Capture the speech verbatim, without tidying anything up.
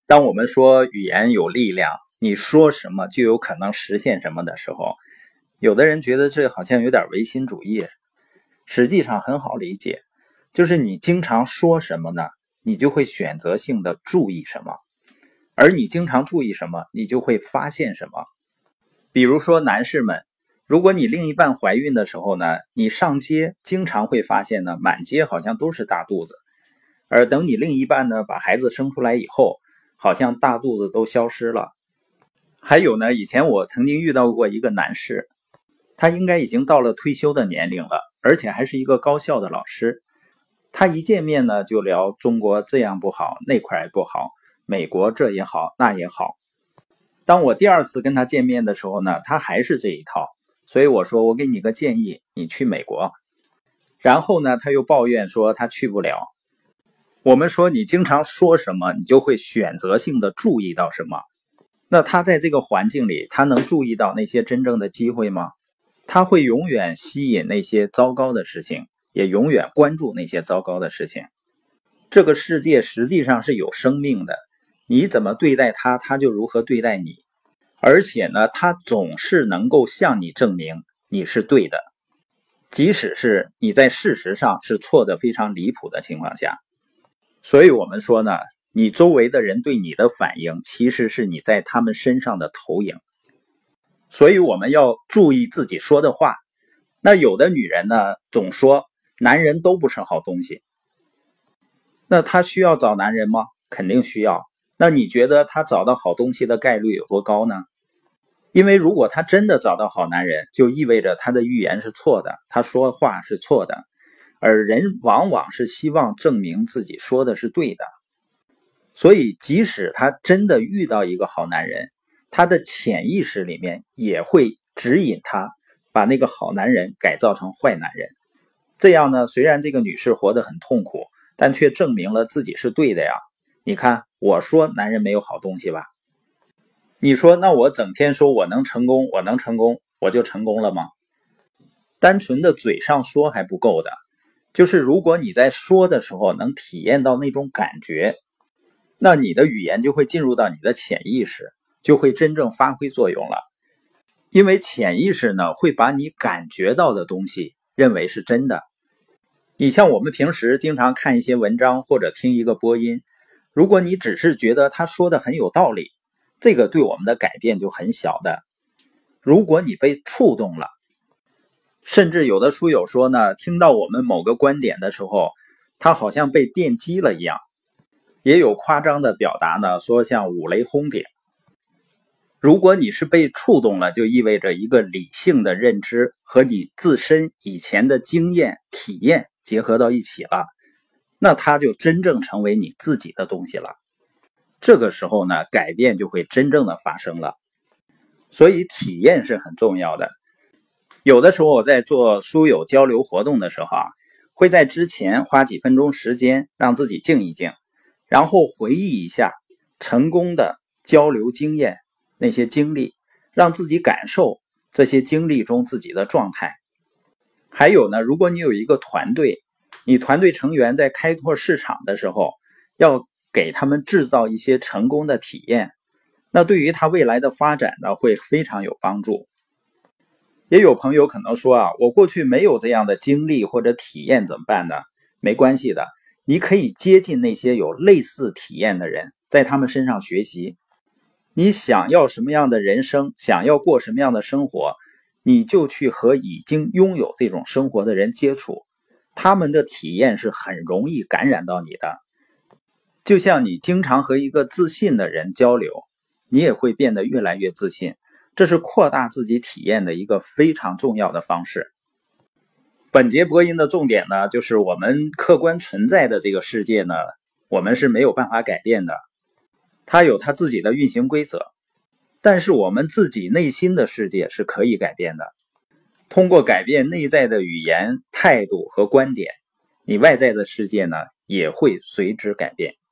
当我们说语言有力量，你说什么就有可能实现什么的时候，有的人觉得这好像有点唯心主义。实际上很好理解，就是你经常说什么呢，你就会选择性的注意什么，而你经常注意什么，你就会发现什么。比如说男士们，如果你另一半怀孕的时候呢，你上街经常会发现呢，满街好像都是大肚子，而等你另一半呢把孩子生出来以后，好像大肚子都消失了。还有呢，以前我曾经遇到过一个男士，他应该已经到了退休的年龄了，而且还是一个高校的老师。他一见面呢就聊中国这样不好，那块也不好，美国这也好那也好。当我第二次跟他见面的时候呢，他还是这一套，所以我说我给你个建议，你去美国。然后呢他又抱怨说他去不了。我们说你经常说什么，你就会选择性的注意到什么。那他在这个环境里，他能注意到那些真正的机会吗？他会永远吸引那些糟糕的事情，也永远关注那些糟糕的事情。这个世界实际上是有生命的，你怎么对待他，他就如何对待你。而且呢，他总是能够向你证明你是对的，即使是你在事实上是错的非常离谱的情况下。所以我们说呢，你周围的人对你的反应，其实是你在他们身上的投影。所以我们要注意自己说的话。那有的女人呢，总说男人都不是好东西。那她需要找男人吗？肯定需要。那你觉得她找到好东西的概率有多高呢？因为如果她真的找到好男人，就意味着她的预言是错的，她说话是错的。而人往往是希望证明自己说的是对的。所以即使他真的遇到一个好男人，他的潜意识里面也会指引他把那个好男人改造成坏男人。这样呢，虽然这个女士活得很痛苦，但却证明了自己是对的呀。你看，我说男人没有好东西吧？你说那我整天说我能成功，我能成功，我就成功了吗？单纯的嘴上说还不够的。就是如果你在说的时候能体验到那种感觉，那你的语言就会进入到你的潜意识，就会真正发挥作用了。因为潜意识呢，会把你感觉到的东西认为是真的。你像我们平时经常看一些文章或者听一个播音，如果你只是觉得他说的很有道理，这个对我们的改变就很小的。如果你被触动了，甚至有的书友说呢，听到我们某个观点的时候，他好像被电击了一样。也有夸张的表达呢，说像五雷轰顶。如果你是被触动了，就意味着一个理性的认知和你自身以前的经验体验结合到一起了，那它就真正成为你自己的东西了。这个时候呢，改变就会真正的发生了。所以体验是很重要的。有的时候我在做书友交流活动的时候啊，会在之前花几分钟时间让自己静一静，然后回忆一下成功的交流经验，那些经历，让自己感受这些经历中自己的状态。还有呢，如果你有一个团队，你团队成员在开拓市场的时候，要给他们制造一些成功的体验，那对于他未来的发展呢，会非常有帮助。也有朋友可能说啊，我过去没有这样的经历或者体验怎么办呢？没关系的，你可以接近那些有类似体验的人，在他们身上学习。你想要什么样的人生，想要过什么样的生活，你就去和已经拥有这种生活的人接触，他们的体验是很容易感染到你的。就像你经常和一个自信的人交流，你也会变得越来越自信。这是扩大自己体验的一个非常重要的方式。本节播音的重点呢，就是我们客观存在的这个世界呢，我们是没有办法改变的，它有它自己的运行规则。但是我们自己内心的世界是可以改变的。通过改变内在的语言、态度和观点，你外在的世界呢，也会随之改变。